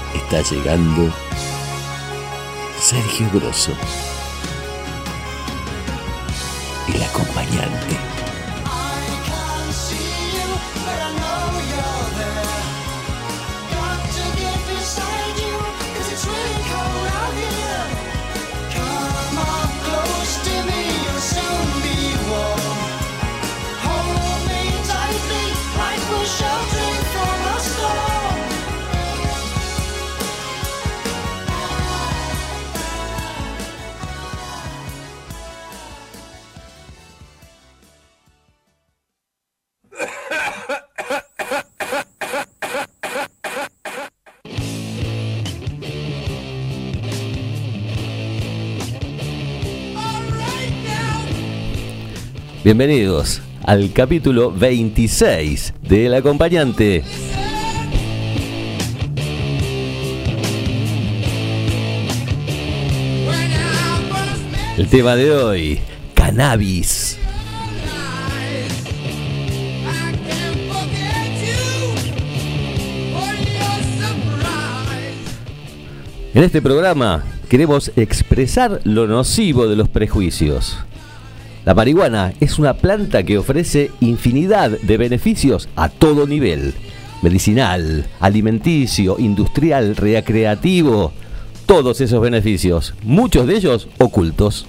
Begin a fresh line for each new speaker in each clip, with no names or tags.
está llegando Sergio Grosso, el acompañante. Bienvenidos al capítulo 26 del acompañante. El tema de hoy, cannabis. En este programa queremos expresar lo nocivo de los prejuicios. La marihuana es una planta que ofrece infinidad de beneficios a todo nivel: medicinal, alimenticio, industrial, recreativo. Todos esos beneficios, muchos de ellos ocultos.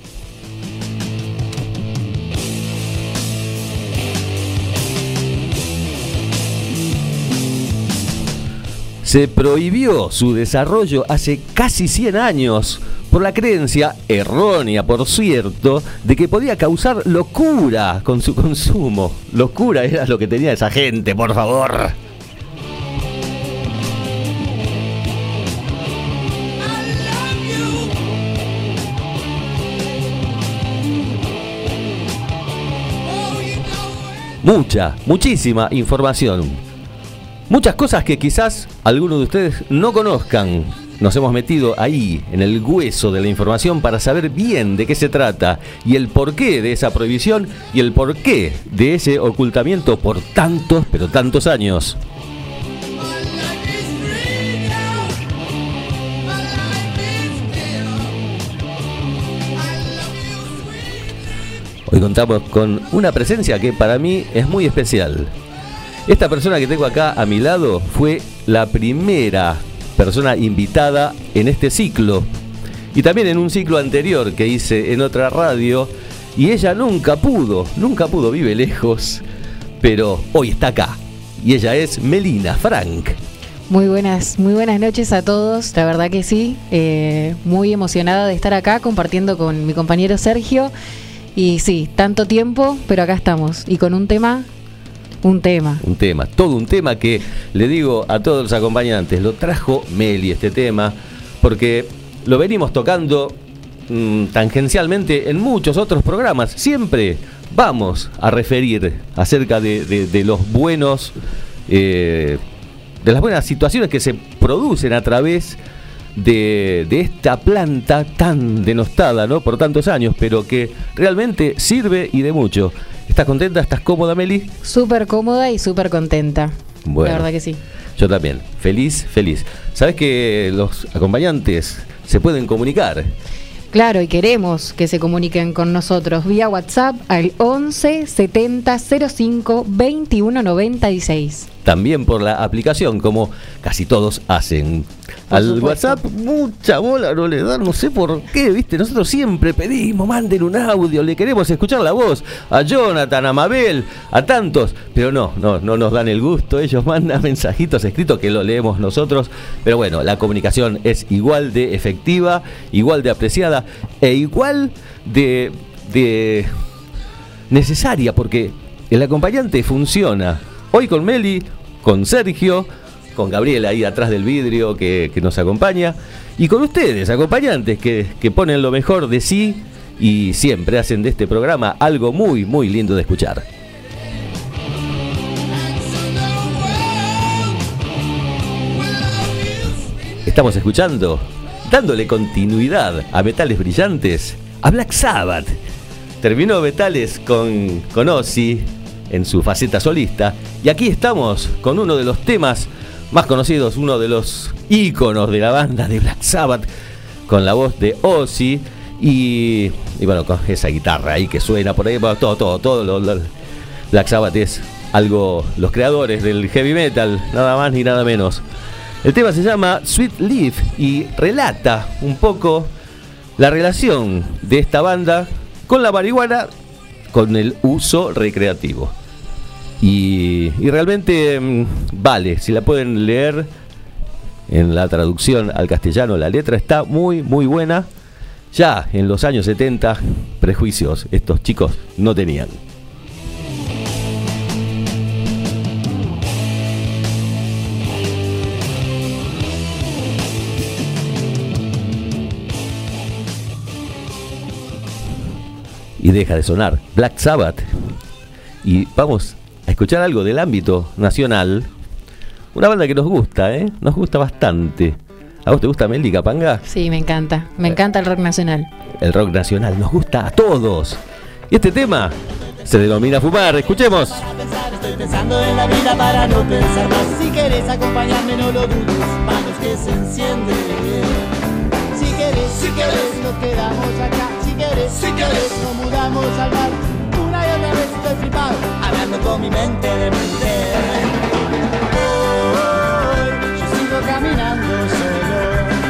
Se prohibió su desarrollo hace casi 100 años por la creencia, errónea por cierto, de que podía causar locura con su consumo. Locura era lo que tenía esa gente, por favor. Muchísima información. Muchas cosas que quizás algunos de ustedes no conozcan. Nos hemos metido ahí, en el hueso de la información, para saber bien de qué se trata y el porqué de esa prohibición y el porqué de ese ocultamiento por tantos, pero tantos años. Hoy contamos con una presencia que para mí es muy especial. Esta persona que tengo acá a mi lado fue la primera persona invitada en este ciclo y también en un ciclo anterior que hice en otra radio, y ella nunca pudo, vive lejos, pero hoy está acá y ella es Melina Frank.
Muy buenas noches a todos, la verdad que sí, muy emocionada de estar acá compartiendo con mi compañero Sergio, y sí, tanto tiempo, pero acá estamos y con un tema,
todo un tema que le digo a todos los acompañantes, lo trajo Meli este tema, porque lo venimos tocando tangencialmente en muchos otros programas. Siempre vamos a referir acerca de los buenos, de las buenas situaciones que se producen a través de esta planta tan denostada, ¿no?, por tantos años, pero que realmente sirve y de mucho. ¿Estás contenta? ¿Estás cómoda, Meli?
Súper cómoda y súper contenta.
Bueno,
la verdad que sí.
Yo también. Feliz. ¿Sabes que los acompañantes se pueden comunicar?
Claro, y queremos que se comuniquen con nosotros vía WhatsApp al 11 70 05 21 96. También por la aplicación, como casi todos hacen. Al WhatsApp mucha bola no le dan, no sé por qué, ¿viste? Nosotros siempre pedimos, manden un audio, le queremos escuchar la voz a Jonathan, a Mabel, a tantos, pero no nos dan el gusto. Ellos mandan mensajitos escritos que lo leemos nosotros, pero bueno, la comunicación es igual de efectiva, igual de apreciada e igual de necesaria, porque el acompañante funciona. Hoy con Meli, con Sergio, con Gabriela ahí atrás del vidrio que nos acompaña, y con ustedes, acompañantes, que ponen lo mejor de sí y siempre hacen de este programa algo muy, muy lindo de escuchar. Estamos escuchando, dándole continuidad a Metales Brillantes, a Black Sabbath. Terminó Metales con Ozzy en su faceta solista, y aquí estamos con uno de los temas
más conocidos, uno de los íconos de la banda de Black Sabbath, con la voz de Ozzy y bueno, con esa guitarra ahí que suena por ahí, todo Black Sabbath es algo, los creadores del heavy metal, nada más ni nada menos. El tema se llama Sweet Leaf y relata un poco la relación de esta banda con la marihuana, con el uso recreativo. Y realmente vale, si la pueden leer en la traducción al castellano, la letra está muy muy buena. Ya en los años 70 prejuicios estos chicos no tenían. Y deja de sonar Black Sabbath y vamos a escuchar algo del ámbito nacional. Una banda que nos gusta, nos gusta bastante. ¿A vos te gusta, Meli Capanga?
Sí, me encanta el rock nacional.
El rock nacional nos gusta a todos. Y este tema se denomina Fumar. Escuchemos.
Estoy pensando en la vida para no pensar más. Si querés acompañarme no lo dudes, manos que se encienden. Si querés nos quedamos acá. Si querés nos mudamos al mar. Una y otra vez estoy flipado, hablando con mi mente de mente. Hoy yo sigo caminando solo.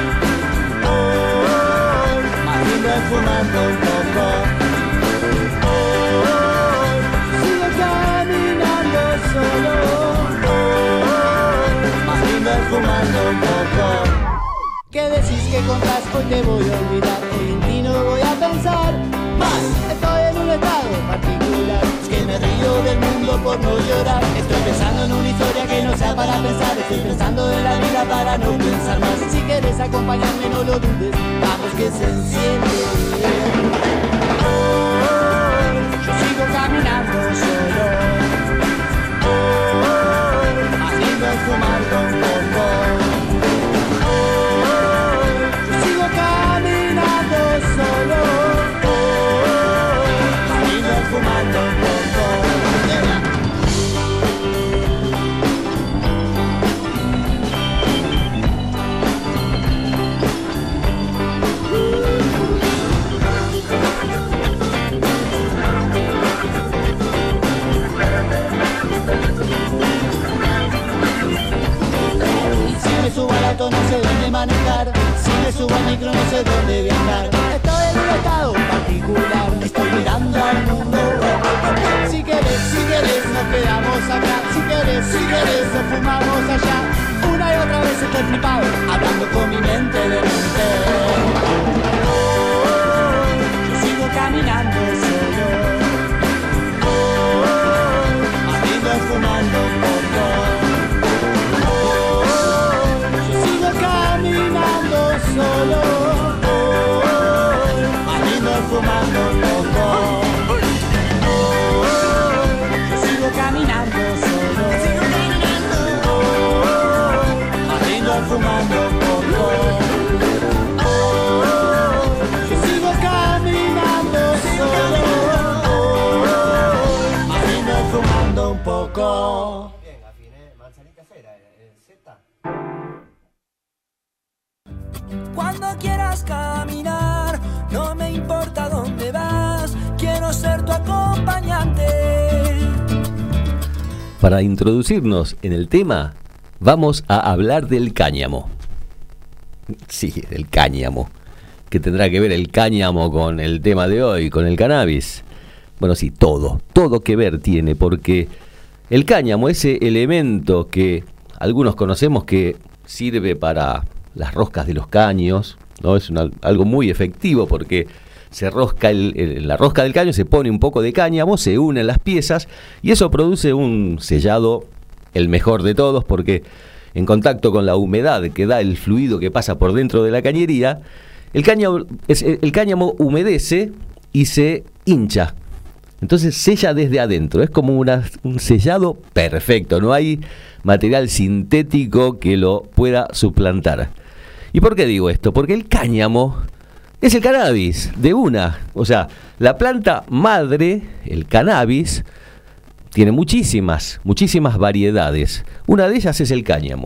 Hoy más lindo es fumando un poco. Hoy yo sigo caminando solo. Hoy más lindo es fumando un poco. ¿Qué decís que contás? Hoy te voy a olvidar. Hoy en ti no voy a pensar más. Estoy en un estado particular. Es que me río del mundo por no llorar. Estoy pensando en una historia que no sea para pensar. Estoy pensando en la vida para no pensar más. Si quieres acompañarme no lo dudes, vamos que se enciende. Hoy yo sigo caminando solo. Hoy más lindo es fumando un poco. Solo, marido fumando un poco. Si me subo al auto no sé dónde manejar. Si me subo al micro no sé dónde viajar. Estoy en un estado particular, estoy mirando al mundo. Si querés nos quedamos acá. Si querés nos fumamos allá. Una y otra vez estoy flipado, hablando con mi mente de mente. Yo sigo caminando solo. Más lindo es fumando un poco. Yo sigo caminando solo. Fumando un poco. Yo sigo caminando solo. Más lindo fumando un poco. Yo sigo caminando solo. Más lindo fumando un poco. Bien, afiné manzanita cera, Z. Cuando quieras caminar, no me importa dónde vas, quiero ser tu acompañante.
Para introducirnos en el tema, vamos a hablar del cáñamo. Sí, del cáñamo. ¿Qué tendrá que ver el cáñamo con el tema de hoy, con el cannabis? Bueno, sí, todo que ver tiene, porque el cáñamo, ese elemento que algunos conocemos que sirve para las roscas de los caños, ¿no? Es algo muy efectivo porque se rosca la rosca del caño, se pone un poco de cáñamo, se unen las piezas y eso produce un sellado, el mejor de todos, porque en contacto con la humedad que da el fluido que pasa por dentro de la cañería, el cáñamo humedece y se hincha. Entonces sella desde adentro, es como un sellado perfecto, no hay material sintético que lo pueda suplantar. ¿Y por qué digo esto? Porque el cáñamo es el cannabis de una. O sea, la planta madre, el cannabis, tiene muchísimas variedades. Una de ellas es el cáñamo.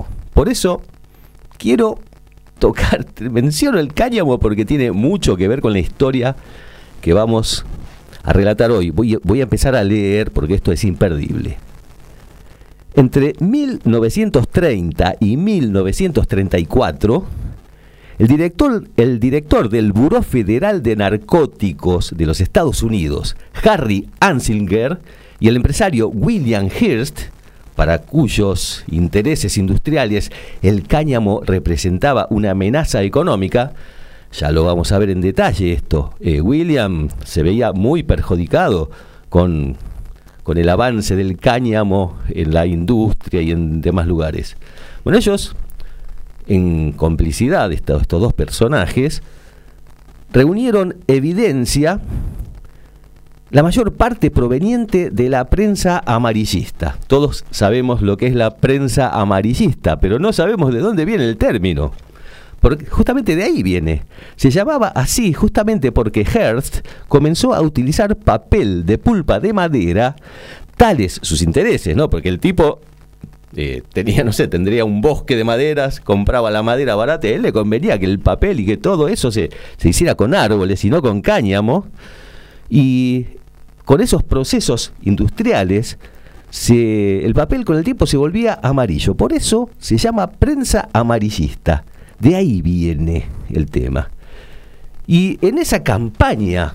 Por eso quiero menciono el cáñamo porque tiene mucho que ver con la historia que vamos a relatar hoy. Voy a empezar a leer porque esto es imperdible. Entre 1930 y 1934, el director del Buró Federal de Narcóticos de los Estados Unidos, Harry Anslinger, y el empresario William Hearst, para cuyos intereses industriales el cáñamo representaba una amenaza económica, ya lo vamos a ver en detalle esto. William se veía muy perjudicado con el avance del cáñamo en la industria y en demás lugares. Bueno, ellos, en complicidad de estos dos personajes, reunieron evidencia, la mayor parte proveniente de la prensa amarillista. Todos sabemos lo que es la prensa amarillista, pero no sabemos de dónde viene el término. Porque justamente de ahí viene. Se llamaba así justamente porque Hearst comenzó a utilizar papel de pulpa de madera, tales sus intereses, ¿no? Porque el tipo tendría un bosque de maderas, compraba la madera barata, y a él le convenía que el papel y que todo eso se hiciera con árboles y no con cáñamo. Y con esos procesos industriales, el papel con el tiempo se volvía amarillo. Por eso se llama prensa amarillista. De ahí viene el tema. Y en esa campaña,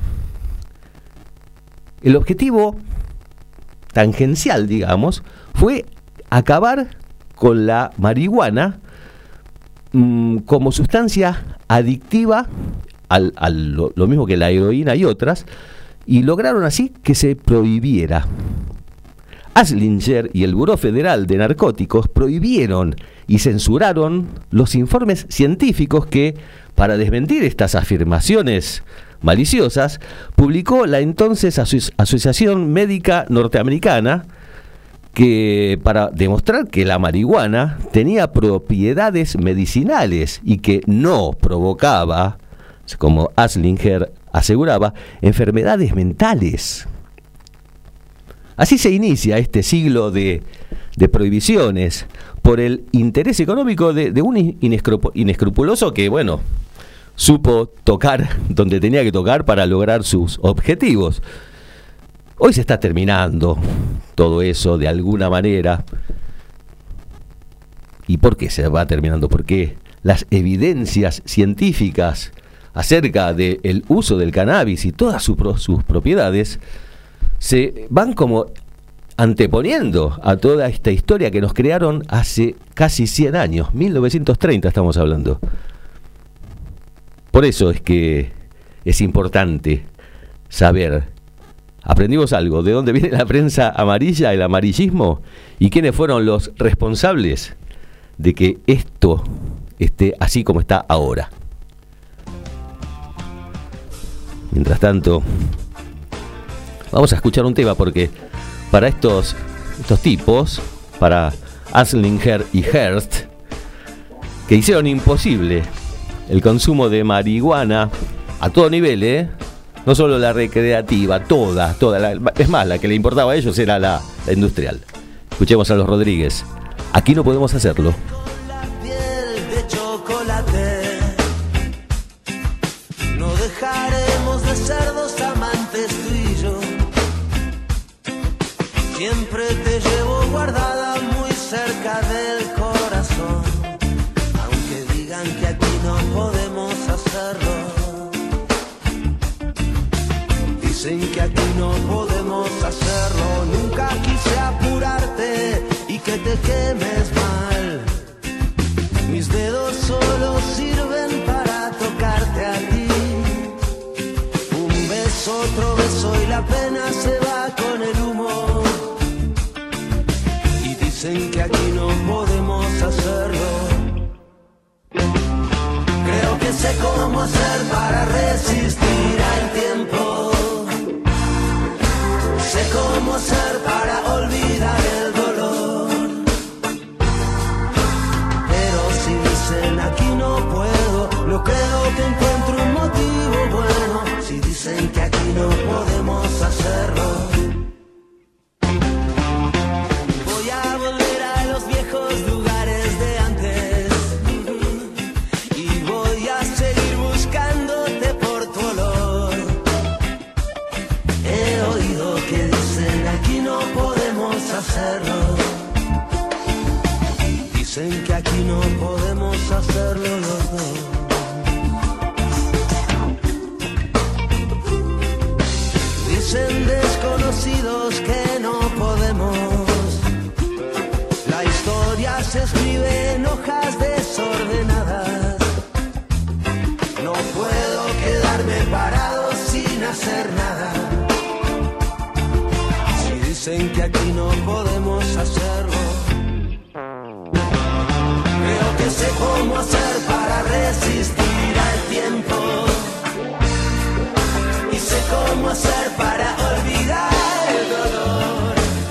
el objetivo tangencial, digamos, fue acabar con la marihuana como sustancia adictiva, lo mismo que la heroína y otras, y lograron así que se prohibiera. Anslinger y el Buró Federal de Narcóticos prohibieron y censuraron los informes científicos que, para desmentir estas afirmaciones maliciosas, publicó la entonces Asociación Médica Norteamericana, que para demostrar que la marihuana tenía propiedades medicinales y que no provocaba, como Anslinger aseguraba, enfermedades mentales. Así se inicia este siglo de prohibiciones por el interés económico de un inescrupuloso que, bueno, supo tocar donde tenía que tocar para lograr sus objetivos. Hoy se está terminando todo eso de alguna manera. ¿Y por qué se va terminando? Porque las evidencias científicas acerca del uso del cannabis y todas sus propiedades se van como anteponiendo a toda esta historia que nos crearon hace casi 100 años, 1930 estamos hablando. Por eso es que es importante saber, aprendimos algo, de dónde viene la prensa amarilla, el amarillismo, y quiénes fueron los responsables de que esto esté así como está ahora. Mientras tanto, vamos a escuchar un tema porque para estos tipos, para Anslinger y Hearst, que hicieron imposible el consumo de marihuana a todo nivel, no solo la recreativa, toda es más, la que le importaba a ellos era la industrial. Escuchemos a los Rodríguez. Aquí no podemos hacerlo.
No dejaremos de ser dos amantes tú y yo. Siempre te llevo guardada muy cerca del corazón, aunque digan que aquí no podemos hacerlo. Dicen que aquí no podemos hacerlo. Nunca quise apurarte y que te quemes mal. Mis dedos solo sirven para tocarte a ti. Un beso, otro beso y la pena se va con el humo. Y dicen que aquí no podemos hacerlo. Creo que sé cómo hacer para resistir al tiempo. Sé cómo hacer para olvidar el dolor. Pero si dicen aquí no puedo, no creo que encuentre un motivo bueno. Si dicen que aquí no podemos hacerlo, voy a volver a los viejos lugares de antes. no podemos hacerlo los dos. Dicen desconocidos que no podemos. La historia se escribe en hojas desordenadas. No puedo quedarme parado sin hacer nada. Si dicen que aquí no podemos hacerlo, creo que sé cómo hacer para resistir al tiempo. Y sé cómo hacer para olvidar el dolor.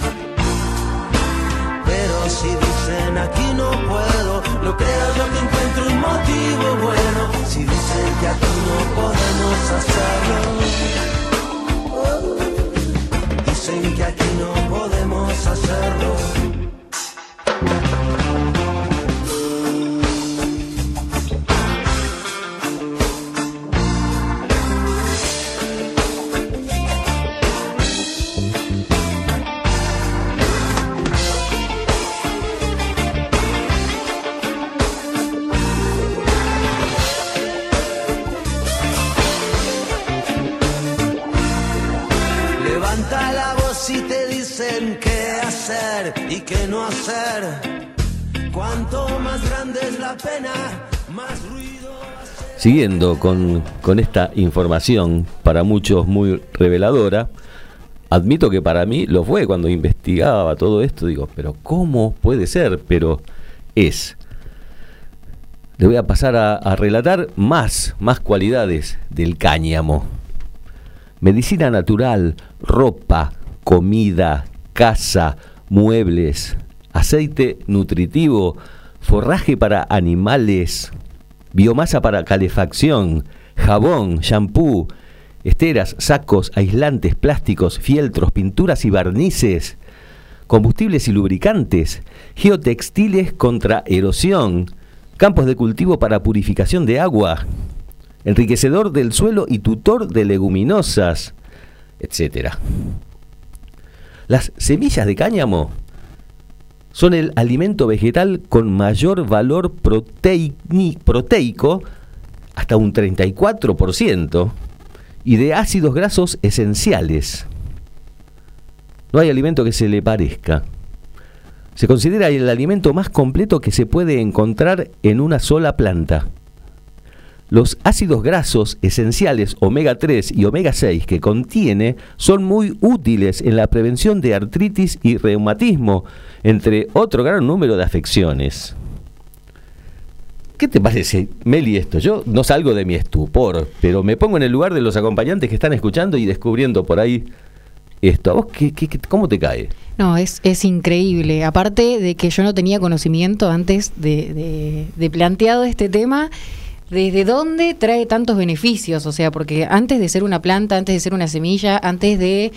Pero si dicen aquí no puedo, no creo yo que encuentre un motivo bueno. Si dicen que aquí no podemos hacerlo, dicen que aquí no podemos hacerlo. Levanta la voz y te dicen qué hacer y qué no hacer. Cuanto más grande es la pena, más ruido hace.
Siguiendo con esta información, para muchos muy reveladora, admito que para mí lo fue cuando investigaba todo esto. Digo, pero ¿cómo puede ser? Pero es. Le voy a pasar a relatar más cualidades del cáñamo. Medicina natural, ropa, comida, casa, muebles, aceite nutritivo, forraje para animales, biomasa para calefacción, jabón, shampoo, esteras, sacos, aislantes, plásticos, fieltros, pinturas y barnices, combustibles y lubricantes, geotextiles contra erosión, campos de cultivo para purificación de agua, enriquecedor del suelo y tutor de leguminosas, etc. Las semillas de cáñamo son el alimento vegetal con mayor valor proteico, hasta un 34%, y de ácidos grasos esenciales. No hay alimento que se le parezca. Se considera el alimento más completo que se puede encontrar en una sola planta. Los ácidos grasos esenciales omega 3 y omega 6 que contiene son muy útiles en la prevención de artritis y reumatismo, entre otro gran número de afecciones. ¿Qué te parece, Meli, esto? Yo no salgo de mi estupor, pero me pongo en el lugar de los acompañantes que están escuchando y descubriendo por ahí esto. ¿A vos cómo te cae?
No, es increíble. Aparte de que yo no tenía conocimiento antes de planteado este tema, ¿desde dónde trae tantos beneficios? O sea, porque antes de ser una planta, antes de ser una semilla, antes de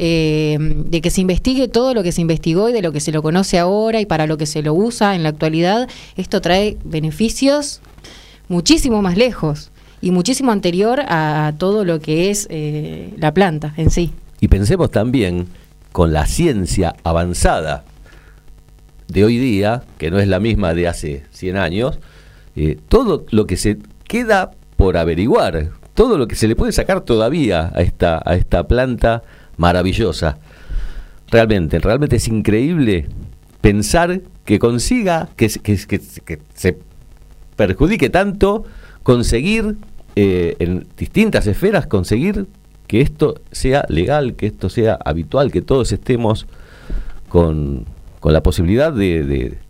que se investigue todo lo que se investigó y de lo que se lo conoce ahora y para lo que se lo usa en la actualidad, esto trae beneficios muchísimo más lejos y muchísimo anterior a todo lo que es la planta en sí.
Y pensemos también con la ciencia avanzada de hoy día, que no es la misma de hace 100 años, todo lo que se queda por averiguar, todo lo que se le puede sacar todavía a esta planta maravillosa. Realmente es increíble pensar que consiga, que se perjudique tanto, conseguir en distintas esferas, conseguir que esto sea legal, que esto sea habitual, que todos estemos con la posibilidad de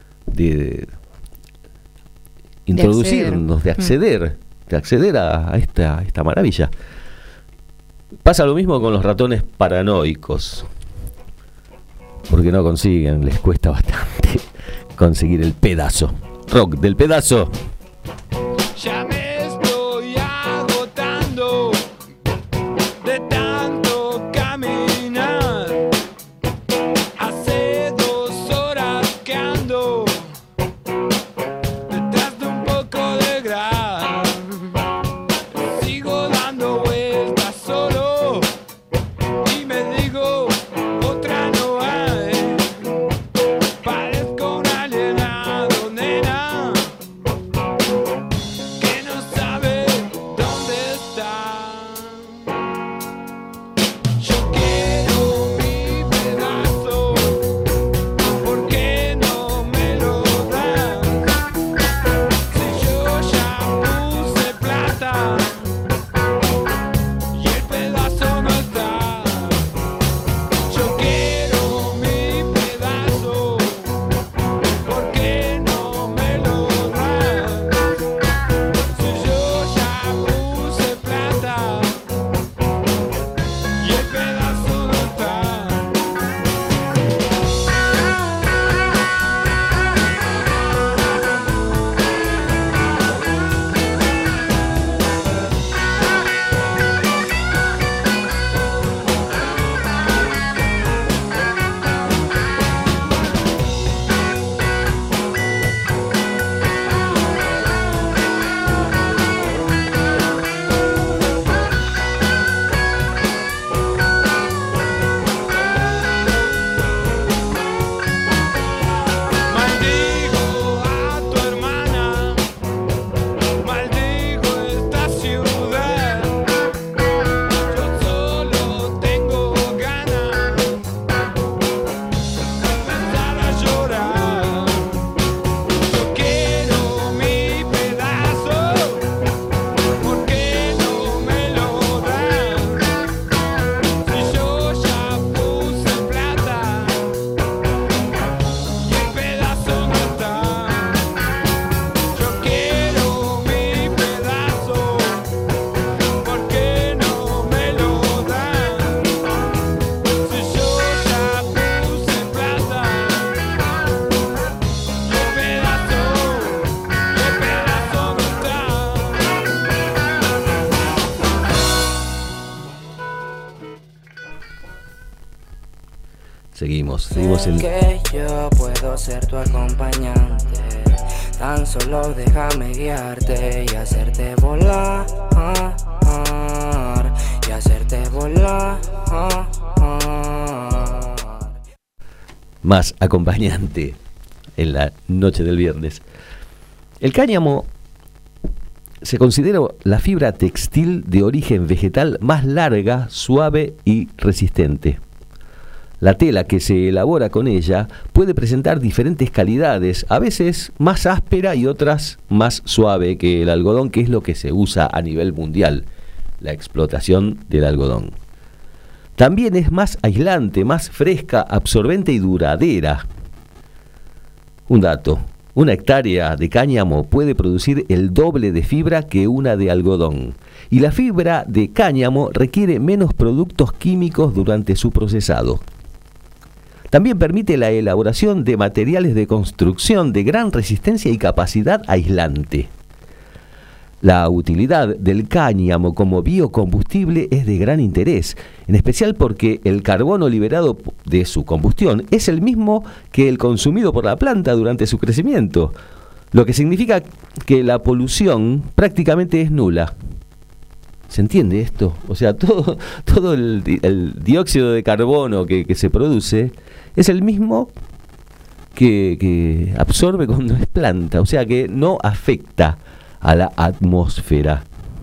introducirnos, de acceder a esta maravilla. Pasa lo mismo con los ratones paranoicos, porque no consiguen, les cuesta bastante conseguir el pedazo. Rock del pedazo.
Ya me estoy agotando de tanto caminar. Hace 2 horas que ando detrás de un poco de grasa. Sigo dando vueltas solo y me digo otra no hay. Parezco un alienado, nena.
Seguimos
en... Que yo puedo ser tu acompañante. Tan solo déjame guiarte y hacerte volar. Y hacerte volar.
Más acompañante en la noche del viernes. El cáñamo se considera la fibra textil de origen vegetal más larga, suave y resistente. La tela que se elabora con ella puede presentar diferentes calidades, a veces más áspera y otras más suave que el algodón, que es lo que se usa a nivel mundial, la explotación del algodón. También es más aislante, más fresca, absorbente y duradera. Un dato: una hectárea de cáñamo puede producir el doble de fibra que una de algodón. Y la fibra de cáñamo requiere menos productos químicos durante su procesado. También permite la elaboración de materiales de construcción de gran resistencia y capacidad aislante. La utilidad del cáñamo como biocombustible es de gran interés, en especial porque el carbono liberado de su combustión es el mismo que el consumido por la planta durante su crecimiento, lo que significa que la polución prácticamente es nula. ¿Se entiende esto? O sea, todo el dióxido de carbono que se produce es el mismo que absorbe cuando es planta, o sea que no afecta a la atmósfera.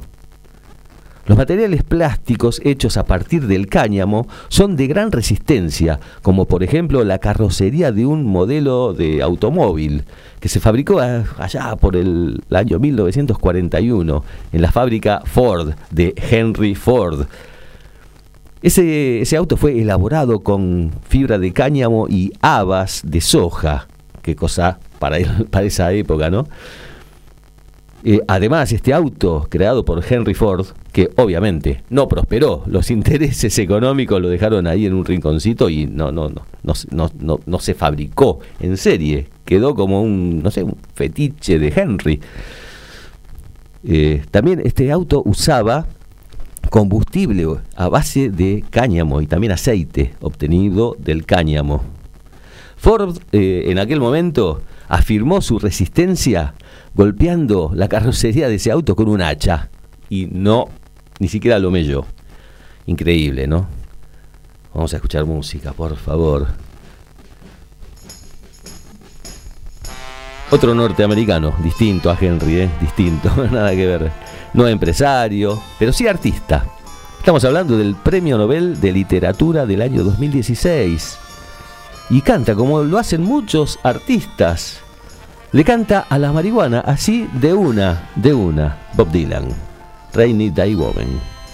Los materiales plásticos hechos a partir del cáñamo son de gran resistencia, como por ejemplo la carrocería de un modelo de automóvil que se fabricó allá por el año 1941 en la fábrica Ford de Henry Ford. Ese auto fue elaborado con fibra de cáñamo y habas de soja. Qué cosa para esa época, ¿no? Además, este auto, creado por Henry Ford, que obviamente no prosperó, los intereses económicos lo dejaron ahí en un rinconcito y no se fabricó en serie, quedó como un fetiche de Henry. También este auto usaba combustible a base de cáñamo y también aceite obtenido del cáñamo. Ford en aquel momento afirmó su resistencia golpeando la carrocería de ese auto con un hacha y ni siquiera lo melló. Increíble, ¿no? Vamos a escuchar música, por favor. Otro norteamericano, distinto a Henry, distinto, nada que ver. No empresario, pero sí artista. Estamos hablando del Premio Nobel de Literatura del año 2016. Y canta como lo hacen muchos artistas. Le canta a la marihuana así de una, Bob Dylan, Rainy Day Woman.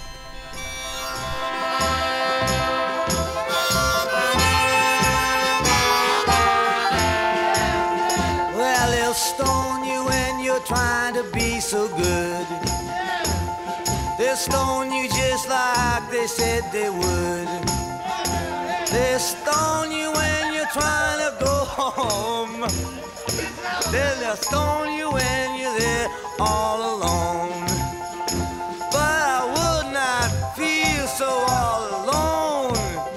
Well, they'll stone you when you're trying to be so good. They'll stone you just like they said they would. They'll stone you when you're trying to go home. They'll stone you when you're there all alone. But I would not feel so all alone.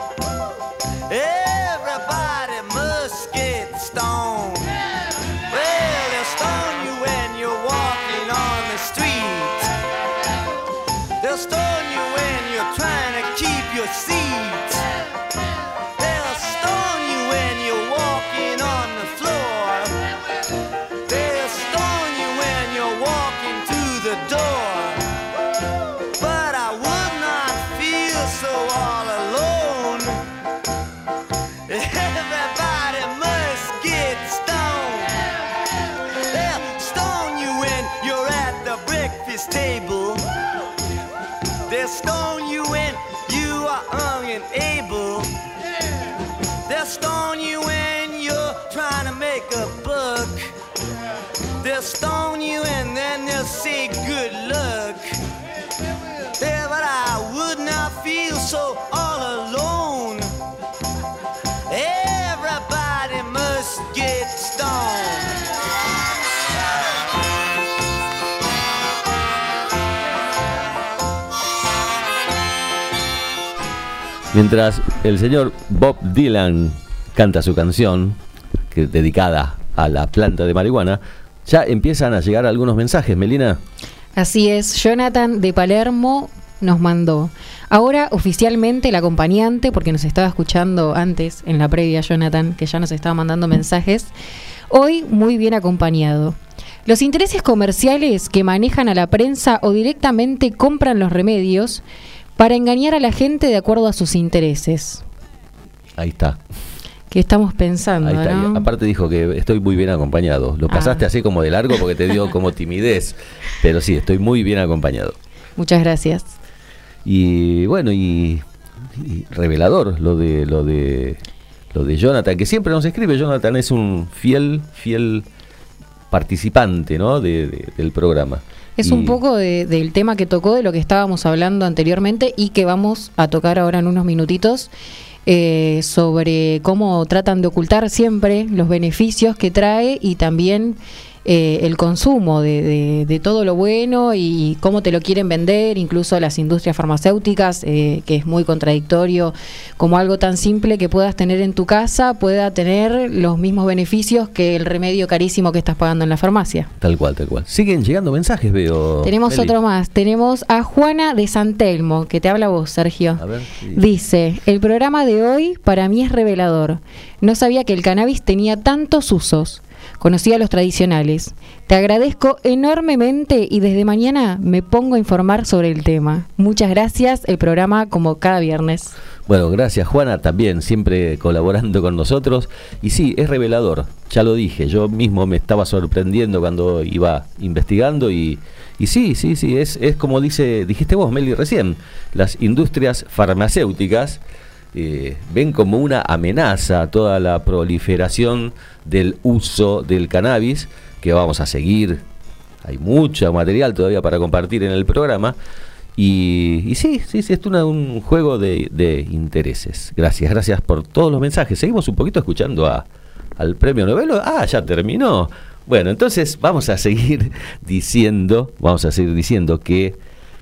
Everybody must get stoned. Well, they'll stone you when you're walking on the street. They'll stone you when you're trying to keep your seat. They'll stone you when you're walking on the floor. They'll stone you when you're walking through the door. But I would not feel so all alone. Everybody must get stoned. They'll stone you when you're at the breakfast table. They'll stone you when you are young and able. They'll stone you when you're trying to make a buck. They'll stone you and then they'll say good luck. Yeah, but I would not feel so all alone. Everybody must get stoned.
Mientras el señor Bob Dylan canta su canción dedicada a la planta de marihuana, ya empiezan a llegar algunos mensajes, Melina.
Así es, Jonathan de Palermo nos mandó. Ahora oficialmente el acompañante, porque nos estaba escuchando antes en la previa Jonathan, que ya nos estaba mandando mensajes, hoy muy bien acompañado. Los intereses comerciales que manejan a la prensa o directamente compran los remedios para engañar a la gente de acuerdo a sus intereses.
Ahí está.
¿Qué estamos pensando?
Ahí está.
¿No?
Aparte dijo que estoy muy bien acompañado. Lo pasaste así como de largo porque te dio como timidez. Pero sí, estoy muy bien acompañado.
Muchas gracias.
Y bueno, y revelador lo de Jonathan, que siempre nos escribe. Jonathan es un fiel participante, ¿no? del programa.
Es un poco del tema que tocó, de lo que estábamos hablando anteriormente y que vamos a tocar ahora en unos minutitos, sobre cómo tratan de ocultar siempre los beneficios que trae y también el consumo de todo lo bueno y cómo te lo quieren vender, incluso las industrias farmacéuticas, que es muy contradictorio, como algo tan simple que puedas tener en tu casa pueda tener los mismos beneficios que el remedio carísimo que estás pagando en la farmacia.
Tal cual. Siguen llegando mensajes, veo.
Tenemos
Meli.
otro más. Tenemos a Juana de San Telmo, que te habla vos, Sergio.
A ver, sí.
Dice, el programa de hoy para mí es revelador. No sabía que el cannabis tenía tantos usos. Conocía los tradicionales. Te agradezco enormemente y desde mañana me pongo a informar sobre el tema. Muchas gracias, el programa como cada viernes.
Bueno, gracias Juana, también siempre colaborando con nosotros. Y sí, es revelador, ya lo dije, yo mismo me estaba sorprendiendo cuando iba investigando y sí, es como dijiste vos, Meli, recién, las industrias farmacéuticas ven como una amenaza toda la proliferación del uso del cannabis, que vamos a seguir. Hay mucho material todavía para compartir en el programa. Y sí, es un juego de intereses. Gracias por todos los mensajes. Seguimos un poquito escuchando al Premio Nobel. Ya terminó. Bueno, entonces vamos a seguir diciendo que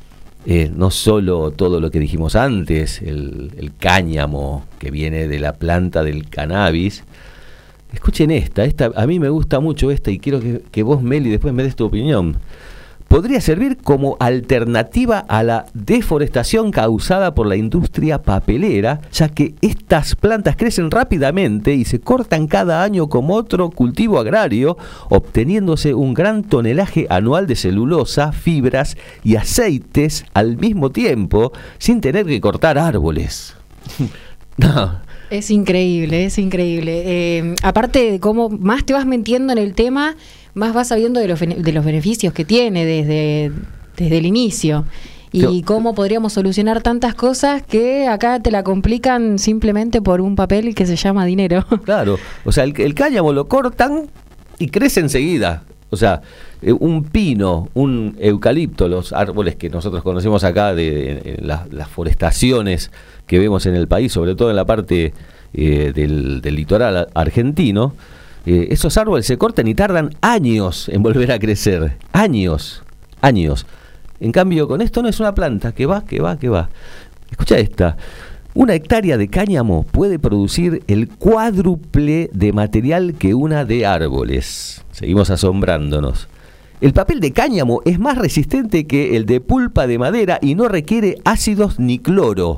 no solo todo lo que dijimos antes, el cáñamo que viene de la planta del cannabis. Escuchen esta, a mí me gusta mucho esta y quiero que vos, Meli, después me des tu opinión. Podría servir como alternativa a la deforestación causada por la industria papelera, ya que estas plantas crecen rápidamente y se cortan cada año como otro cultivo agrario, obteniéndose un gran tonelaje anual de celulosa, fibras y aceites al mismo tiempo, sin tener que cortar árboles. No.
Es increíble. Aparte de cómo más te vas metiendo en el tema, más vas sabiendo de los beneficios que tiene desde el inicio. Y cómo podríamos solucionar tantas cosas que acá te la complican simplemente por un papel que se llama dinero.
Claro, o sea, el cáñamo lo cortan y crece enseguida. O sea, un pino, un eucalipto, los árboles que nosotros conocemos acá de las forestaciones que vemos en el país, sobre todo en la parte del litoral argentino, esos árboles se cortan y tardan años en volver a crecer. Años. En cambio, con esto no es una planta que va. Escucha esta. 1 hectárea de cáñamo puede producir el cuádruple de material que una de árboles. Seguimos asombrándonos. El papel de cáñamo es más resistente que el de pulpa de madera y no requiere ácidos ni cloro.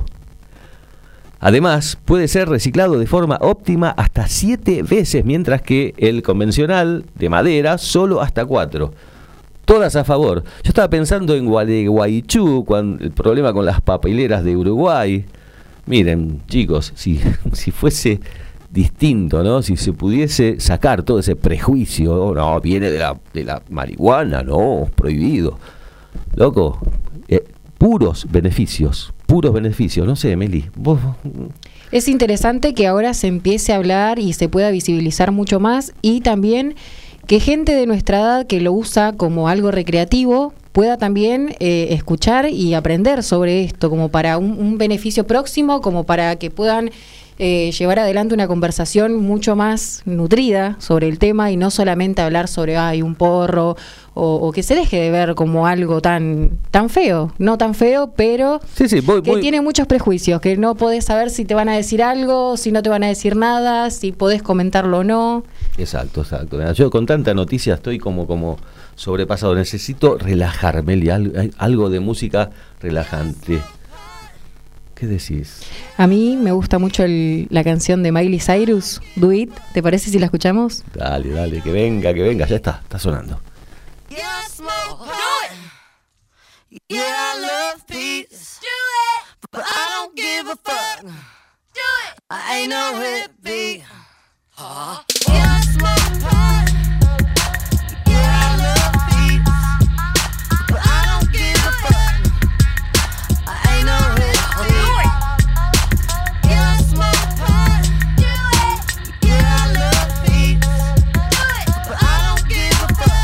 Además, puede ser reciclado de forma óptima hasta 7 veces, mientras que el convencional de madera solo hasta 4. Todas a favor. Yo estaba pensando en Gualeguaychú, el problema con las papeleras de Uruguay. Miren, chicos, si fuese distinto, ¿no? Si se pudiese sacar todo ese prejuicio, no, viene de la marihuana, no, prohibido. Loco, puros beneficios, no sé, Meli, vos...
Es interesante que ahora se empiece a hablar y se pueda visibilizar mucho más, y también que gente de nuestra edad que lo usa como algo recreativo pueda también escuchar y aprender sobre esto, como para un beneficio próximo, como para que puedan llevar adelante una conversación mucho más nutrida sobre el tema y no solamente hablar sobre un porro o que se deje de ver como algo tan feo, no tan feo, pero que tiene muchos prejuicios, que no podés saber si te van a decir algo, si no te van a decir nada, si podés comentarlo o no.
Exacto. Yo con tanta noticia estoy como sobrepasado. Necesito relajarme, algo de música relajante. ¿Qué decís?
A mí me gusta mucho la canción de Miley Cyrus, Do It. ¿Te parece si la escuchamos?
Dale, que venga, ya está sonando.
Yeah, I smoke pot. Yeah, I love peace. Do it. But I don't give a fuck. Do it. I ain't no hippie. Yeah, I smoke pot. Yeah, I love peace. But I don't give a fuck. I ain't no hippie. Yeah, I smoke pot. Do it. Yeah, I love peace. Do it. But I don't give a fuck.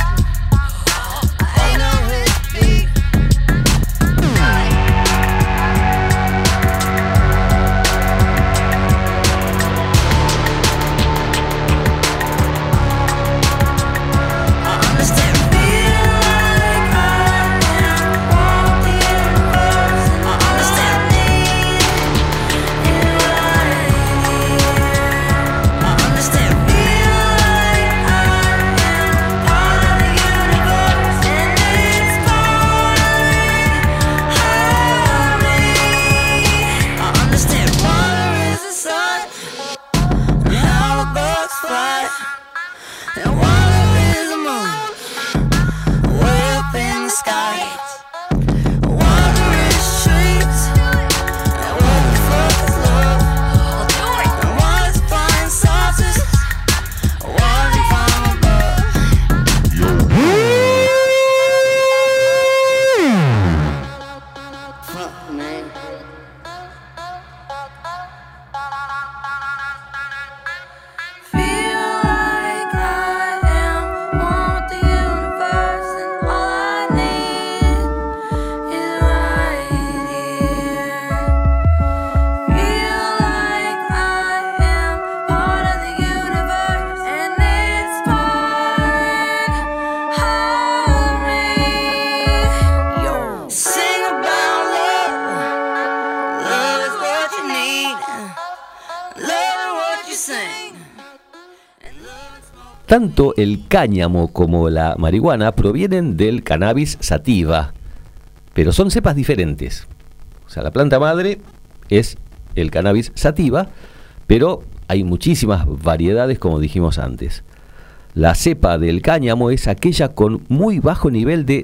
Tanto el cáñamo como la marihuana provienen del cannabis sativa, pero son cepas diferentes. O sea, la planta madre es el cannabis sativa, pero hay muchísimas variedades, como dijimos antes. La cepa del cáñamo es aquella con muy bajo nivel de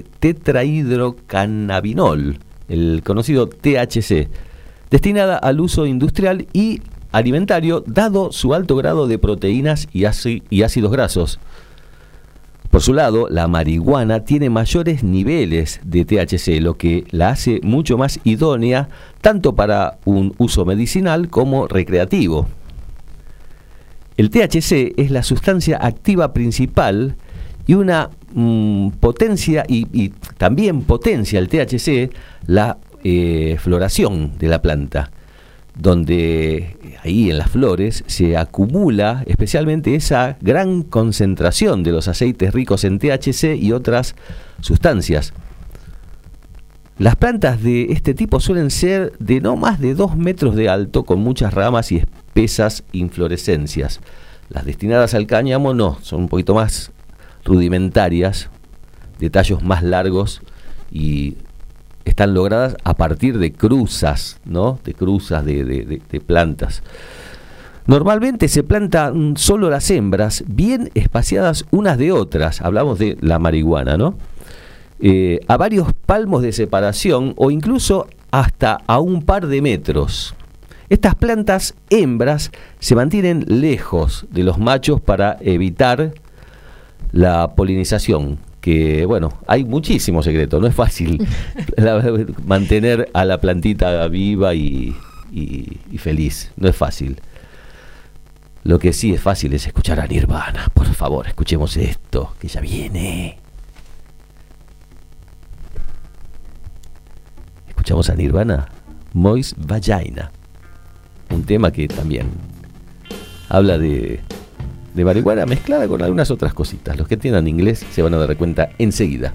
tetrahidrocannabinol, el conocido THC, destinada al uso industrial y alimentario, dado su alto grado de proteínas y ácidos grasos. Por su lado, la marihuana tiene mayores niveles de THC, lo que la hace mucho más idónea tanto para un uso medicinal como recreativo. El THC es la sustancia activa principal y una potencia y también potencia el THC la floración de la planta, donde ahí en las flores se acumula especialmente esa gran concentración de los aceites ricos en THC y otras sustancias. Las plantas de este tipo suelen ser de no más de 2 metros de alto, con muchas ramas y espesas inflorescencias. Las destinadas al cáñamo no, son un poquito más rudimentarias, de tallos más largos, y están logradas a partir de cruzas, ¿no? De cruzas de plantas. Normalmente se plantan solo las hembras, bien espaciadas unas de otras, hablamos de la marihuana, ¿no? A varios palmos de separación o incluso hasta a un par de metros. Estas plantas hembras se mantienen lejos de los machos para evitar la polinización, que bueno, hay muchísimos secretos, no es fácil mantener a la plantita viva y feliz, no es fácil. Lo que sí es fácil es escuchar a Nirvana. Por favor, escuchemos esto, que ya viene. Escuchamos a Nirvana, Moist Vagina. un tema que también habla de marihuana mezclada con algunas otras cositas. Los que entiendan inglés se van a dar cuenta enseguida.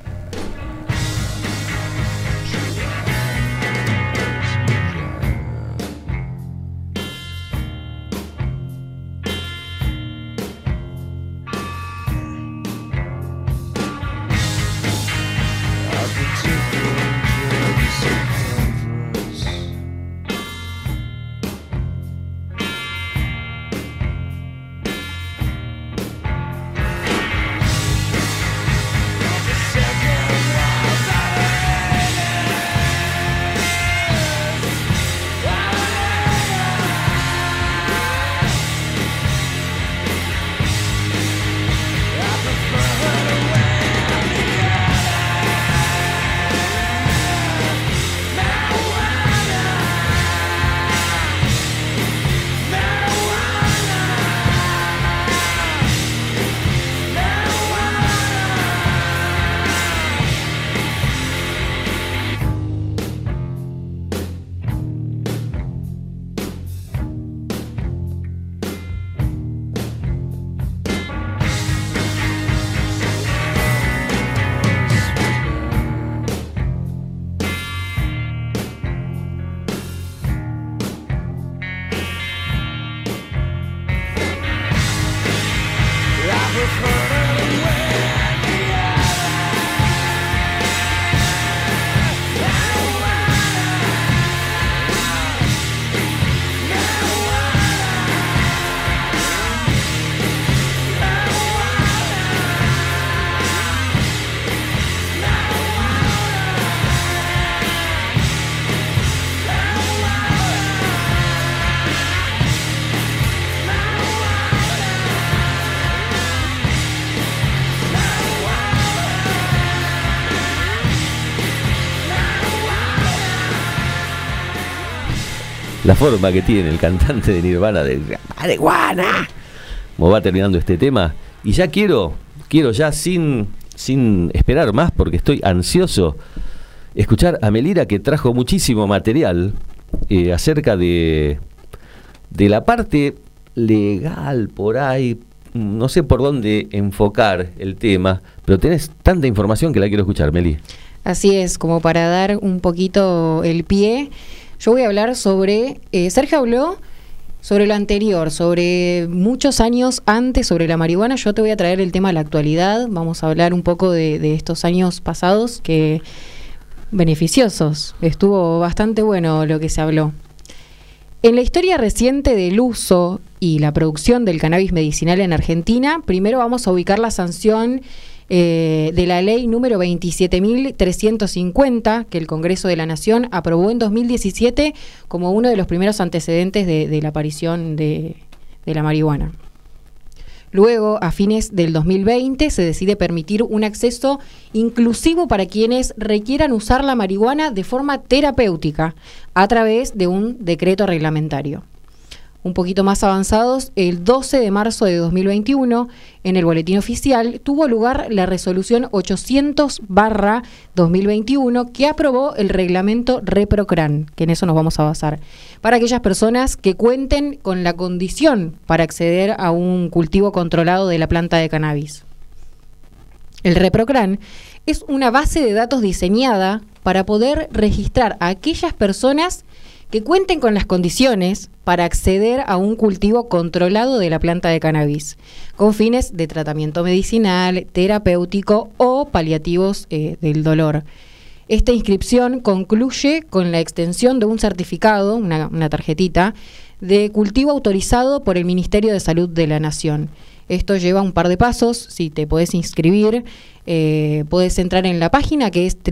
La forma que tiene el cantante de Nirvana de marihuana, como va terminando este tema. Y ya quiero ya sin esperar más, porque estoy ansioso, escuchar a Melira, que trajo muchísimo material acerca de la parte legal por ahí. No sé por dónde enfocar el tema, pero tenés tanta información que la quiero escuchar, Meli.
Así es, como para dar un poquito el pie. Yo voy a hablar sobre, Sergio habló sobre lo anterior, sobre muchos años antes, sobre la marihuana. Yo te voy a traer el tema de la actualidad. Vamos a hablar un poco de estos años pasados, que beneficiosos. Estuvo bastante bueno lo que se habló. En la historia reciente del uso y la producción del cannabis medicinal en Argentina, primero vamos a ubicar la sanción de la ley número 27.350, que el Congreso de la Nación aprobó en 2017 como uno de los primeros antecedentes de la aparición de la marihuana. Luego, a fines del 2020, se decide permitir un acceso inclusivo para quienes requieran usar la marihuana de forma terapéutica a través de un decreto reglamentario. Un poquito más avanzados, el 12 de marzo de 2021, en el Boletín Oficial, tuvo lugar la resolución 800/2021 que aprobó el reglamento ReproCran, que en eso nos vamos a basar, para aquellas personas que cuenten con la condición para acceder a un cultivo controlado de la planta de cannabis. El ReproCran es una base de datos diseñada para poder registrar a aquellas personas que cuenten con las condiciones para acceder a un cultivo controlado de la planta de cannabis, con fines de tratamiento medicinal, terapéutico o paliativos del dolor. Esta inscripción concluye con la extensión de un certificado, una tarjetita, de cultivo autorizado por el Ministerio de Salud de la Nación. Esto lleva un par de pasos. Si te podés inscribir, podés entrar en la página, que es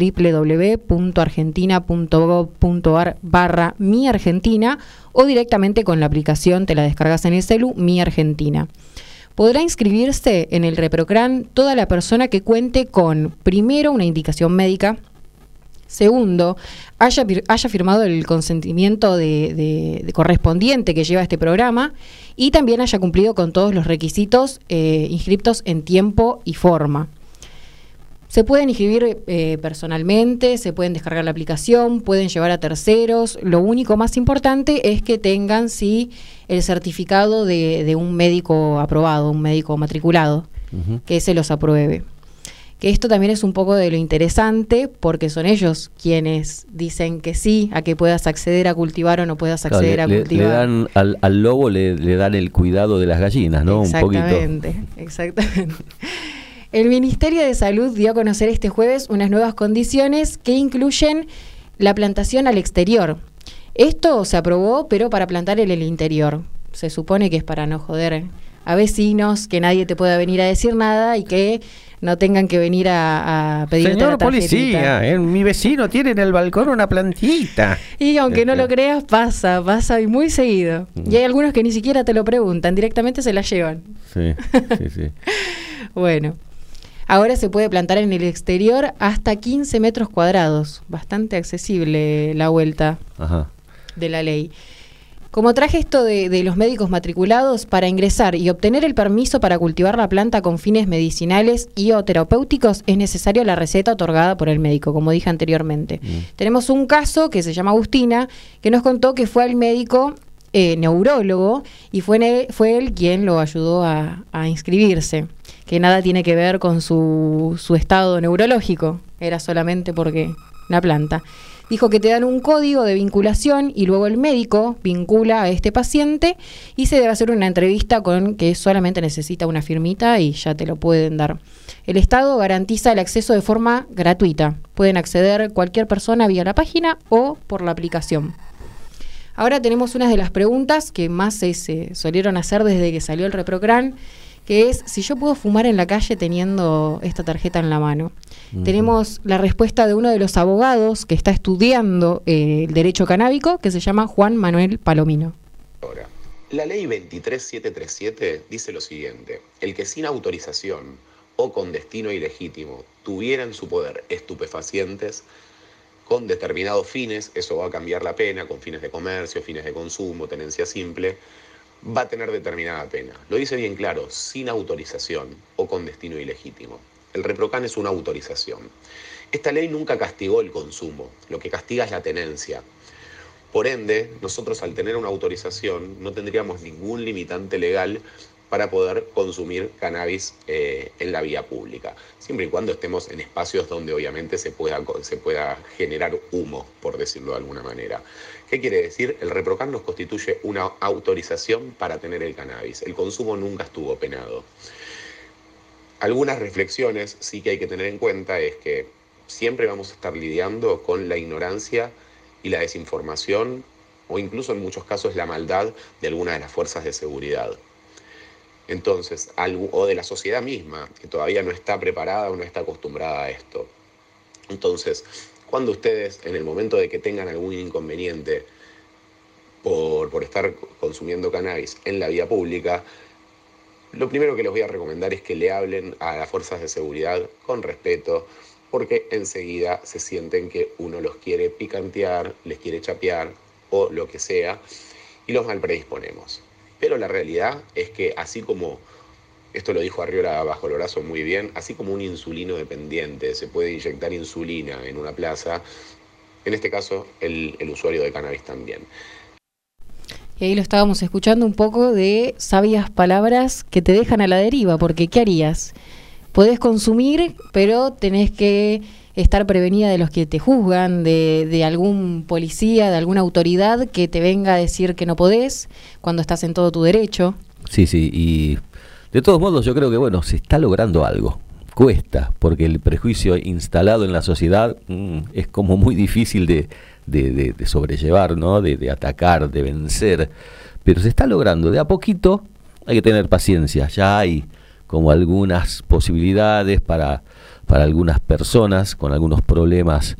www.argentina.gov.ar/miargentina, o directamente con la aplicación, te la descargas en el celu, Mi Argentina. Podrá inscribirse en el ReproCran toda la persona que cuente con, primero, una indicación médica; segundo, haya firmado el consentimiento de correspondiente que lleva este programa, y también haya cumplido con todos los requisitos inscriptos en tiempo y forma. Se pueden inscribir personalmente, se pueden descargar la aplicación, pueden llevar a terceros. Lo único más importante es que tengan, sí, el certificado de un médico aprobado, un médico matriculado, que se los apruebe. Que esto también es un poco de lo interesante, porque son ellos quienes dicen que sí, a que puedas acceder a cultivar o no puedas acceder a cultivar.
Le dan al lobo le dan el cuidado de las gallinas, ¿no?
Exactamente,
un poquito.
Exactamente. El Ministerio de Salud dio a conocer este jueves unas nuevas condiciones que incluyen la plantación al exterior. Esto se aprobó, pero para plantar en el interior. Se supone que es para no joder a vecinos, que nadie te pueda venir a decir nada y que no tengan que venir a pedirte
Señor
la tarjetita.
policía, mi vecino tiene en el balcón una plantita.
Y aunque no lo creas, pasa y muy seguido. Y hay algunos que ni siquiera te lo preguntan, directamente se la llevan.
Sí, sí.
Bueno, ahora se puede plantar en el exterior hasta 15 metros cuadrados. Bastante accesible la vuelta de la ley. Como traje esto de los médicos matriculados, para ingresar y obtener el permiso para cultivar la planta con fines medicinales y o terapéuticos es necesario la receta otorgada por el médico, como dije anteriormente. Tenemos un caso que se llama Agustina, que nos contó que fue al médico neurólogo y fue él quien lo ayudó a inscribirse, que nada tiene que ver con su estado neurológico, era solamente porque una planta. Dijo que te dan un código de vinculación y luego el médico vincula a este paciente y se debe hacer una entrevista con que solamente necesita una firmita y ya te lo pueden dar. El Estado garantiza el acceso de forma gratuita. Pueden acceder cualquier persona vía la página o por la aplicación. Ahora tenemos una de las preguntas que más se solieron hacer desde que salió el ReproGran, que es si yo puedo fumar en la calle teniendo esta tarjeta en la mano. Tenemos la respuesta de uno de los abogados que está estudiando el derecho canábico, que se llama Juan Manuel Palomino.
Ahora, la ley 23737 dice lo siguiente: el que sin autorización o con destino ilegítimo tuviera en su poder estupefacientes con determinados fines, eso va a cambiar la pena, con fines de comercio, fines de consumo, tenencia simple, va a tener determinada pena. Lo dice bien claro, sin autorización o con destino ilegítimo. El ReproGran es una autorización. Esta ley nunca castigó el consumo, lo que castiga es la tenencia. Por ende, nosotros al tener una autorización no tendríamos ningún limitante legal para poder consumir cannabis en la vía pública, siempre y cuando estemos en espacios donde obviamente se pueda generar humo, por decirlo de alguna manera. ¿Qué quiere decir? El ReproGran nos constituye una autorización para tener el cannabis. El consumo nunca estuvo penado. Algunas reflexiones sí que hay que tener en cuenta es que siempre vamos a estar lidiando con la ignorancia y la desinformación, o incluso en muchos casos la maldad de algunas de las fuerzas de seguridad. Entonces, o de la sociedad misma, que todavía no está preparada o no está acostumbrada a esto. Entonces, cuando ustedes, en el momento de que tengan algún inconveniente por estar consumiendo cannabis en la vía pública, lo primero que les voy a recomendar es que le hablen a las fuerzas de seguridad con respeto, porque enseguida se sienten que uno los quiere picantear, les quiere chapear o lo que sea, y los mal predisponemos. Pero la realidad es que así como, esto lo dijo Arriola bajo el brazo muy bien, así como un insulino dependiente se puede inyectar insulina en una plaza, en este caso el usuario de cannabis también.
Y ahí lo estábamos escuchando un poco de sabias palabras que te dejan a la deriva, porque ¿qué harías? Podés consumir, pero tenés que estar prevenida de los que te juzgan, de algún policía, de alguna autoridad que te venga a decir que no podés cuando estás en todo tu derecho.
Sí, y de todos modos yo creo que bueno, se está logrando algo. Cuesta, porque el prejuicio instalado en la sociedad es como muy difícil de sobrellevar, ¿no? De atacar, de vencer, pero se está logrando. De a poquito hay que tener paciencia, ya hay como algunas posibilidades para algunas personas con algunos problemas.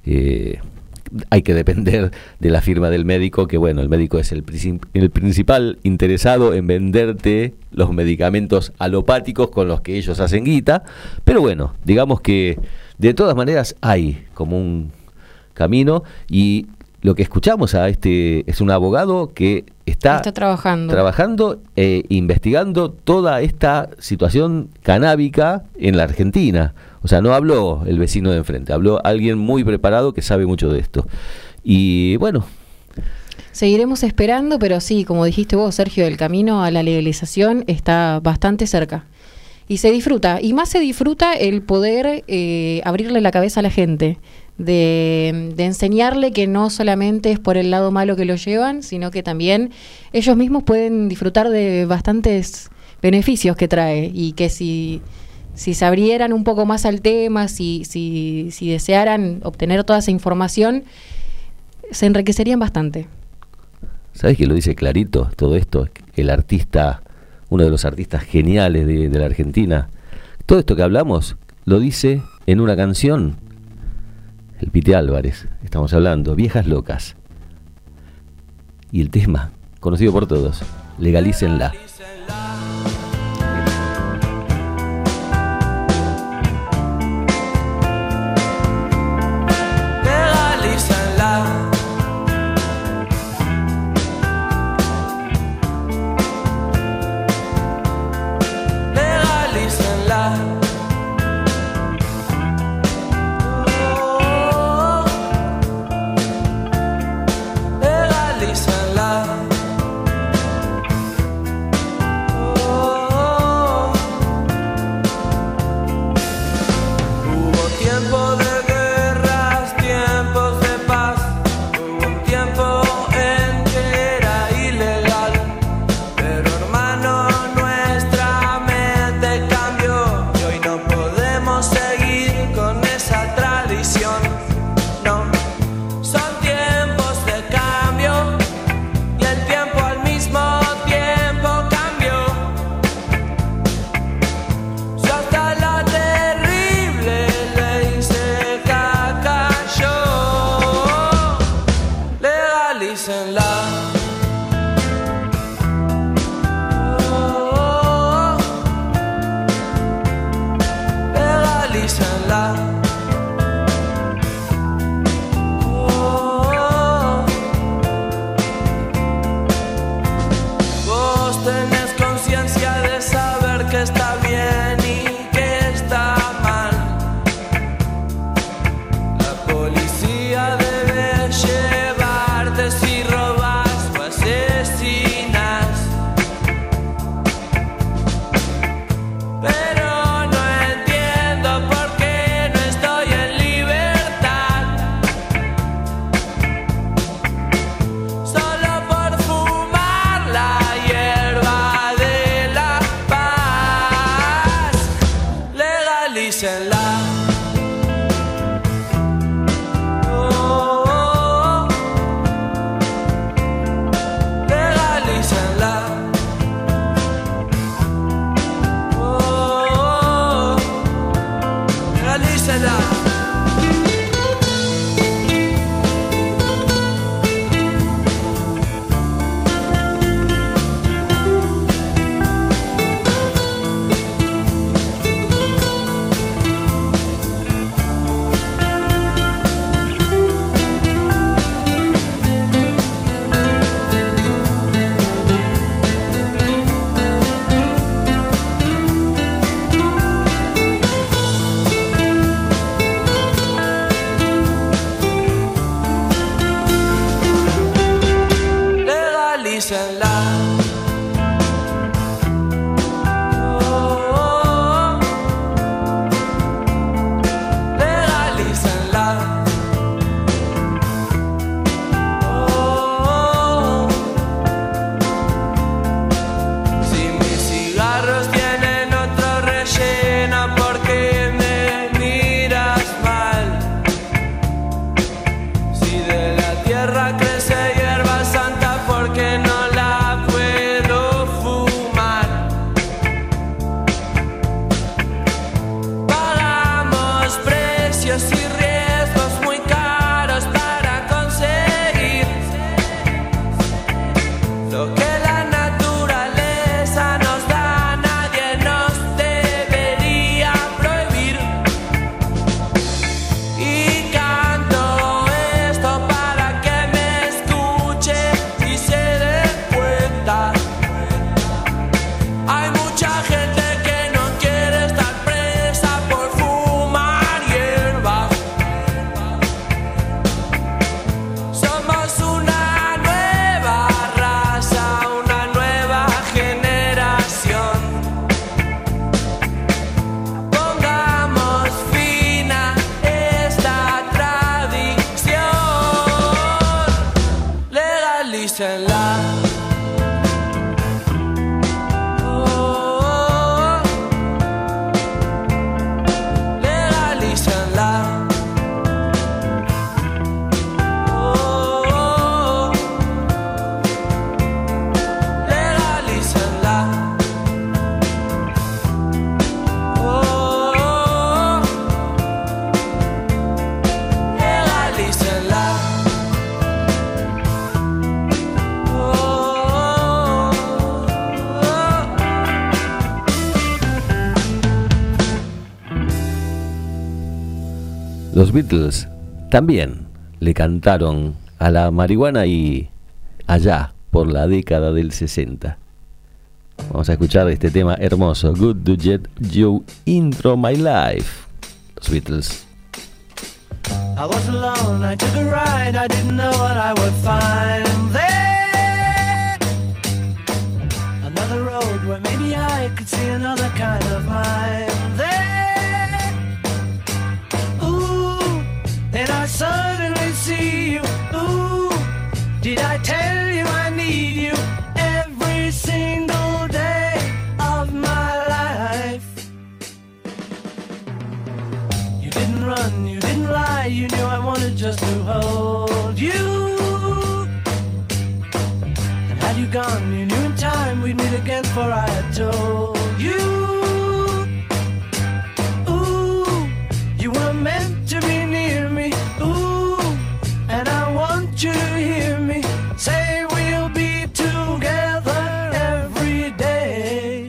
Hay que depender de la firma del médico, que bueno, el médico es el principal interesado en venderte los medicamentos alopáticos con los que ellos hacen guita, pero bueno, digamos que de todas maneras hay como un camino, y lo que escuchamos a es un abogado que está trabajando investigando toda esta situación canábica en la Argentina. O sea, no habló el vecino de enfrente, habló alguien muy preparado que sabe mucho de esto. Y bueno,
seguiremos esperando, pero sí, como dijiste vos, Sergio, el camino a la legalización está bastante cerca. Y se disfruta, y más se disfruta el poder abrirle la cabeza a la gente, de enseñarle que no solamente es por el lado malo que lo llevan, sino que también ellos mismos pueden disfrutar de bastantes beneficios que trae, y que si se abrieran un poco más al tema, si desearan obtener toda esa información, se enriquecerían bastante.
¿Sabés que lo dice clarito todo esto? El artista, uno de los artistas geniales de la Argentina, todo esto que hablamos lo dice en una canción. El Pite Álvarez, estamos hablando, Viejas Locas. Y el tema, conocido por todos, Legalícenla.
Legalícenla.
Los Beatles también le cantaron a la marihuana y allá por la década del 60. Vamos a escuchar este tema hermoso, Good to Get You Into My Life. Los Beatles.
I was alone, I took a ride, I didn't know what I would find there. Another road where maybe I could see another kind of mind there. Then I suddenly see you. Ooh, did I tell you I need you every single day of my life? You didn't run, you didn't lie, you knew I wanted just to hold you. And had you gone, you knew in time we'd meet again, for I had told you. Ooh, you were meant to be near me. Ooh, and I want you to hear me say we'll be together every day.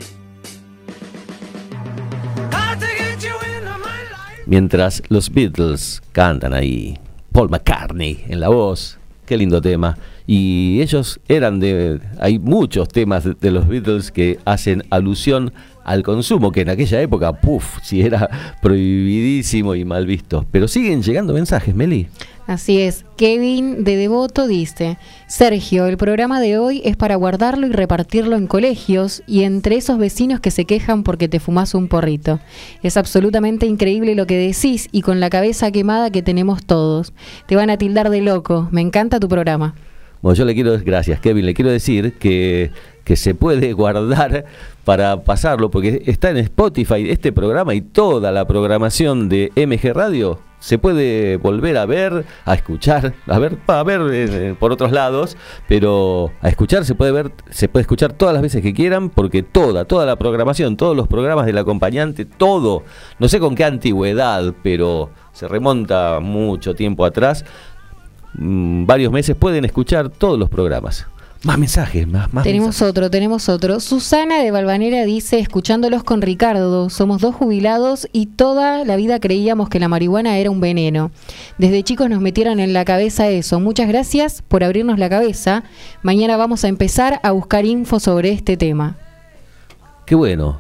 Got to get you into my life.
Mientras los Beatles cantan ahí, Paul McCartney en la voz, qué lindo tema. Y ellos hay muchos temas de los Beatles que hacen alusión al consumo, que en aquella época, si era prohibidísimo y mal visto. Pero siguen llegando mensajes, Meli.
Así es. Kevin de Devoto dice: Sergio, el programa de hoy es para guardarlo y repartirlo en colegios y entre esos vecinos que se quejan porque te fumás un porrito. Es absolutamente increíble lo que decís y con la cabeza quemada que tenemos todos. Te van a tildar de loco. Me encanta tu programa.
Bueno, gracias Kevin, le quiero decir que se puede guardar para pasarlo, porque está en Spotify este programa y toda la programación de MG Radio se puede volver a ver, a escuchar, a ver por otros lados, pero a escuchar se puede escuchar todas las veces que quieran, porque toda la programación, todos los programas del acompañante, todo, no sé con qué antigüedad, pero se remonta mucho tiempo atrás, varios meses pueden escuchar todos los programas. Más mensajes, más
tenemos otro. Susana de Valvanera dice: escuchándolos con Ricardo, somos dos jubilados y toda la vida creíamos que la marihuana era un veneno. Desde chicos nos metieron en la cabeza eso. Muchas gracias por abrirnos la cabeza. Mañana vamos a empezar a buscar info sobre este tema.
Qué bueno,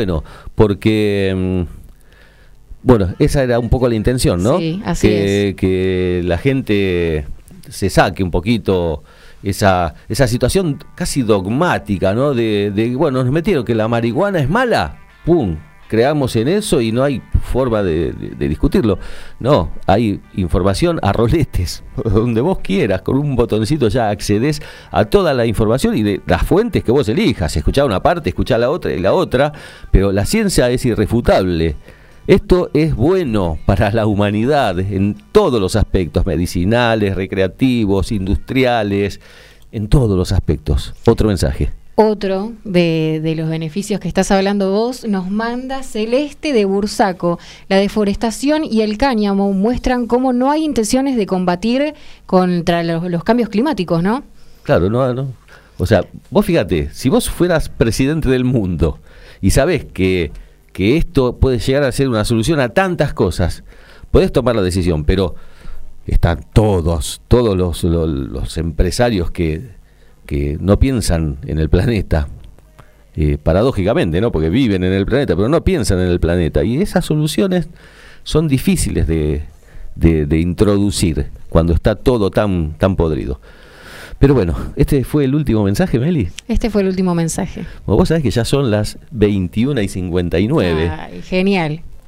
porque bueno, esa era un poco la intención, ¿no?
Sí, así es.
Que la gente se saque un poquito esa situación casi dogmática, ¿no? Bueno, nos metieron que la marihuana es mala, ¡pum! Creamos en eso y no hay forma de discutirlo. No, hay información a roletes, donde vos quieras, con un botoncito ya accedes a toda la información y de las fuentes que vos elijas. Escuchá una parte, escuchá la otra y la otra, pero la ciencia es irrefutable. Esto es bueno para la humanidad en todos los aspectos, medicinales, recreativos, industriales, en todos los aspectos. Otro mensaje.
Otro de los beneficios que estás hablando vos nos manda Celeste de Bursaco. La deforestación y el cáñamo muestran cómo no hay intenciones de combatir contra los cambios climáticos, ¿no?
Claro, no. O sea, vos fíjate, si vos fueras presidente del mundo y sabés que esto puede llegar a ser una solución a tantas cosas, podés tomar la decisión, pero están todos los empresarios que no piensan en el planeta, paradójicamente, ¿no? Porque viven en el planeta, pero no piensan en el planeta, y esas soluciones son difíciles de introducir cuando está todo tan podrido. Pero bueno, este fue el último mensaje, Meli.
Este fue el último mensaje.
Bueno, vos sabés que ya son las 21:59.
Ay, genial.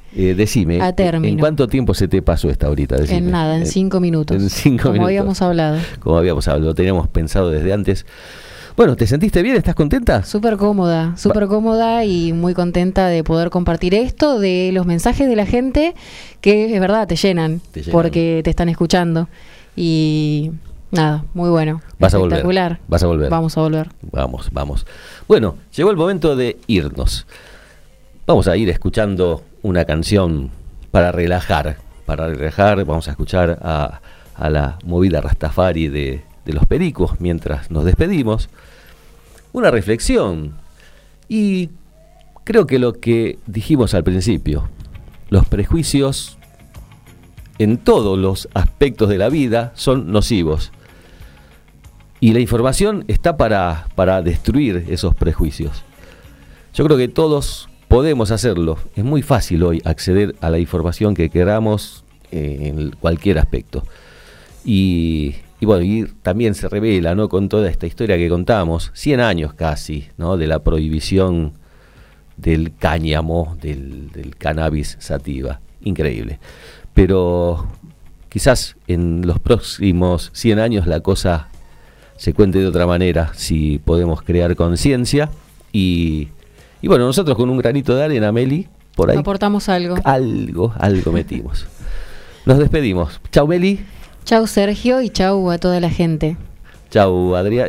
Decime,
a término.
¿En cuánto tiempo se te pasó esta horita? Decime.
En nada, en 5 minutos.
En 5 minutos.
Como habíamos hablado.
Como habíamos hablado, lo teníamos pensado desde antes. Bueno, ¿te sentiste bien? ¿Estás contenta?
Súper cómoda y muy contenta de poder compartir esto, de los mensajes de la gente que es verdad, te llenan. Porque te están escuchando. Y nada, muy bueno.
Vas
espectacular.
Vas a volver.
Vamos a volver.
Vamos. Bueno, llegó el momento de irnos. Vamos a ir escuchando una canción para relajar. Vamos a escuchar a la movida Rastafari de los Pericos mientras nos despedimos. Una reflexión. Y creo que lo que dijimos al principio, los prejuicios en todos los aspectos de la vida son nocivos. Y la información está para destruir esos prejuicios. Yo creo que todos podemos hacerlo. Es muy fácil hoy acceder a la información que queramos en cualquier aspecto. Y bueno, y también se revela, ¿no?, con toda esta historia que contamos, 100 años casi, ¿no?, de la prohibición del cáñamo, del cannabis sativa. Increíble. Pero quizás en los próximos 100 años la cosa se cuente de otra manera, si podemos crear conciencia. Y bueno, nosotros con un granito de arena, Meli, por ahí
aportamos algo.
Algo metimos. Nos despedimos. Chau, Meli.
Chau, Sergio, y chau a toda la gente.
Chau, Adrián.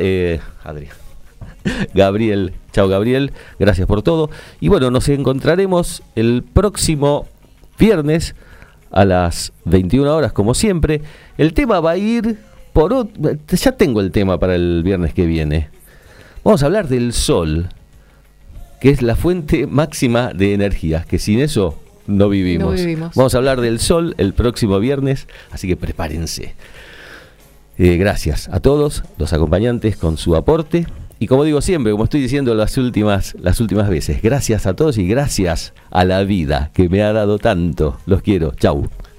Gabriel. Chau, Gabriel. Gracias por todo. Y bueno, nos encontraremos el próximo viernes a las 21 horas, como siempre. El tema va a ir por... Ya tengo el tema para el viernes que viene. Vamos a hablar del sol, que es la fuente máxima de energía, que sin eso no vivimos. Vamos a hablar del sol el próximo viernes, así que prepárense. Gracias a todos los acompañantes con su aporte. Y como digo siempre, como estoy diciendo las últimas veces, gracias a todos y gracias a la vida que me ha dado tanto. Los quiero. Chau.